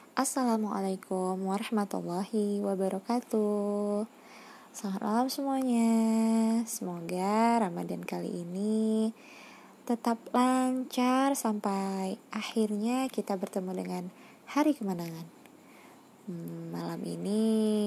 Assalamualaikum warahmatullahi wabarakatuh. Selamat malam semuanya. Semoga Ramadan kali ini tetap lancar sampai akhirnya kita bertemu dengan hari kemenangan. Malam ini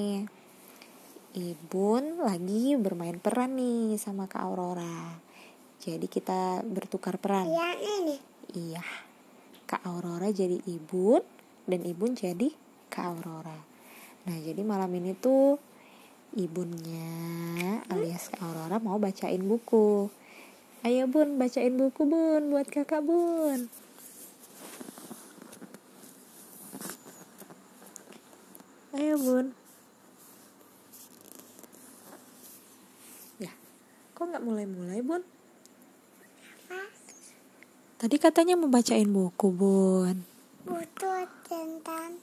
Ibun lagi bermain peran nih sama Kak Aurora. Jadi kita bertukar peran. Yang ini? Iya. Kak Aurora jadi Ibun dan Ibun jadi Kak Aurora. Nah, jadi malam ini tuh Ibunnya alias Kak Aurora mau bacain buku. Ayo Bun, bacain buku Bun buat kakak Bun. Ayo Bun. Ya, kok gak mulai-mulai Bun? Tadi katanya mau bacain buku Bun. Buku tentang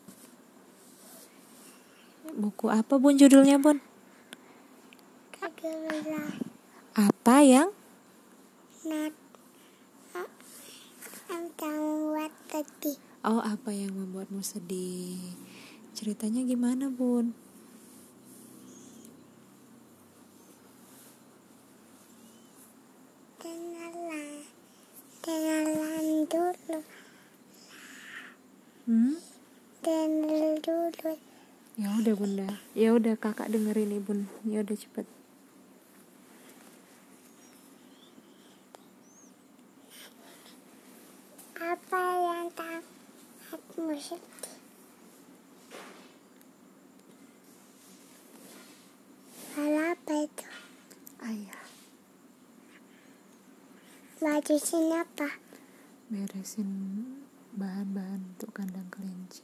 Buku apa Bun judulnya Bun? kegembiraan. Apa yang? Tentang membuat sedih. Oh, apa yang membuatmu sedih? Ceritanya gimana Bun? Kenalan dulu. Kenal dulu. Ya udah Bunda. Ya udah kakak dengerin Ibun. Ya udah cepet. Apa yang membuatmu sedih? Hal apa itu? Ayah, Bajusin apa? beresin bahan-bahan untuk kandang kelinci.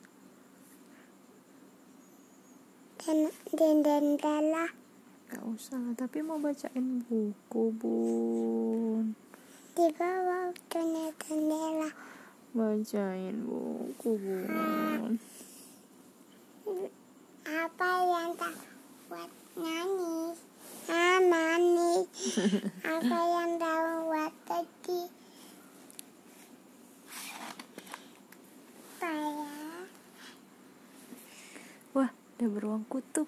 Dendela. Gak usah, tapi mau bacain buku Bun. Di bawah jendela. Bacain buku Bun. Apa yang tak buat nangis? Nangis. Apa yang tak buat sedih? Apa ya? Wah, udah beruang kutub.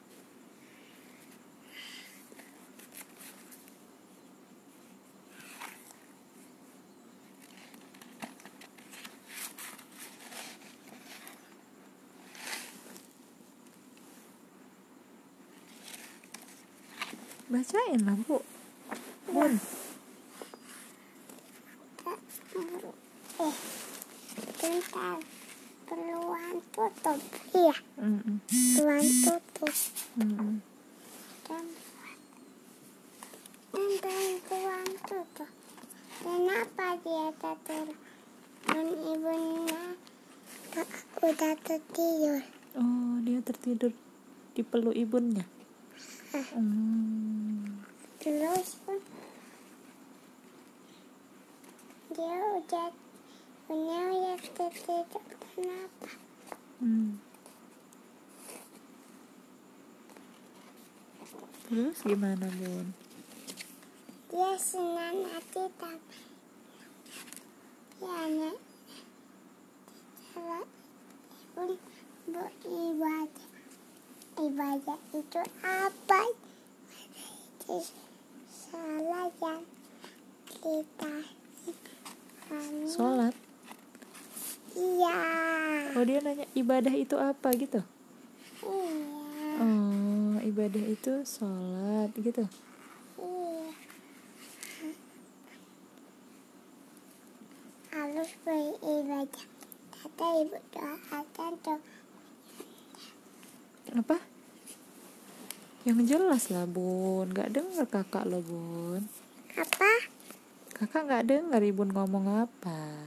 Bacain lah Bu. Bun. Tentang peluang tutup. Iya, peluang tutup. Tentang peluang tutup. Kenapa dia tertidur? Dan ibunya udah tertidur. Oh, dia tertidur di peluk ibunnya. Terus pun dia udah tertidur. Kenapa? Terus gimana Bun? Dia senang hati tapi dia pun beribadah. Ibadah itu apa? Itu salah yang kita Sholat. Iya. Oh, dia nanya ibadah itu apa gitu? Iya. Oh, ibadah itu sholat gitu. Iya. Harus beribadah. Kata ibu doakan tuh. Apa? Yang jelas lah Bun. Gak denger kakak lo Bun. Apa? Kakak gak denger Ibun ngomong apa.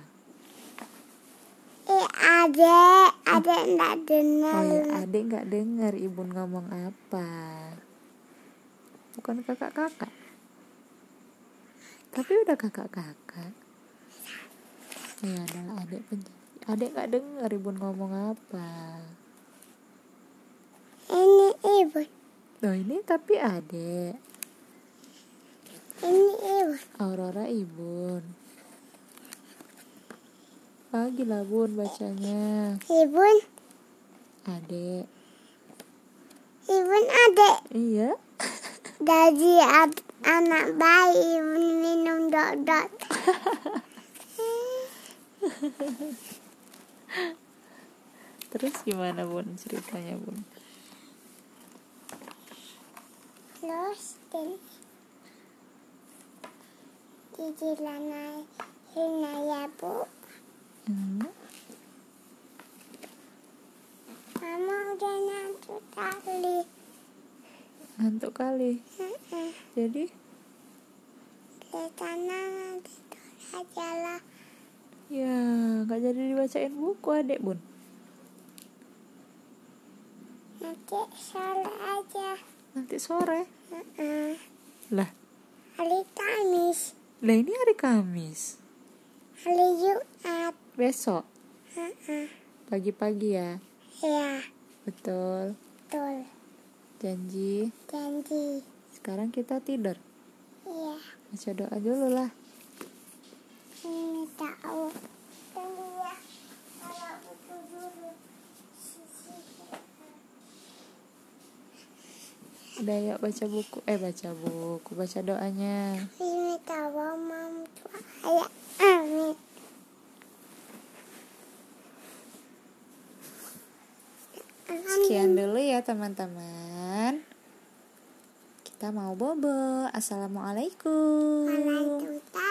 Adek enggak dengar. Oh ya, adek gak denger Ibun ngomong apa. Bukan kakak-kakak. Tapi udah kakak-kakak. Ya adalah adek penyanyi. Adek gak denger Ibun ngomong apa. Ini ibu. Loh, ini tapi adek. Ini ibu. Aurora Ibun. pagi lah Bun bacanya. Ibun, Adek. ibun adek. Iya. Dari anak bayi ibun minum dot-dot. Terus gimana Bun ceritanya Bun? Terus di lanai ya Bu. Mama udah ngantuk kali. Ngantuk kali. Jadi Di sana tidur aja lah. ya nggak jadi dibacain buku adek Bun. Nanti sore aja. Nanti sore. Lah Kamis. ini hari Kamis. Hari Jumat. Besok pagi-pagi ya. Ya, Betul. betul. Janji. Janji. Sekarang kita tidur. Iya. Baca doa dulu lah. Ini tahu. Tunggu ya. Kalau buku dulu. Udah yuk baca buku. Baca doanya. Ini tahu mam tua. Ayah. Amin. Sekian dulu ya teman-teman. Kita mau bobo. Assalamualaikum. Waalaikumsalam.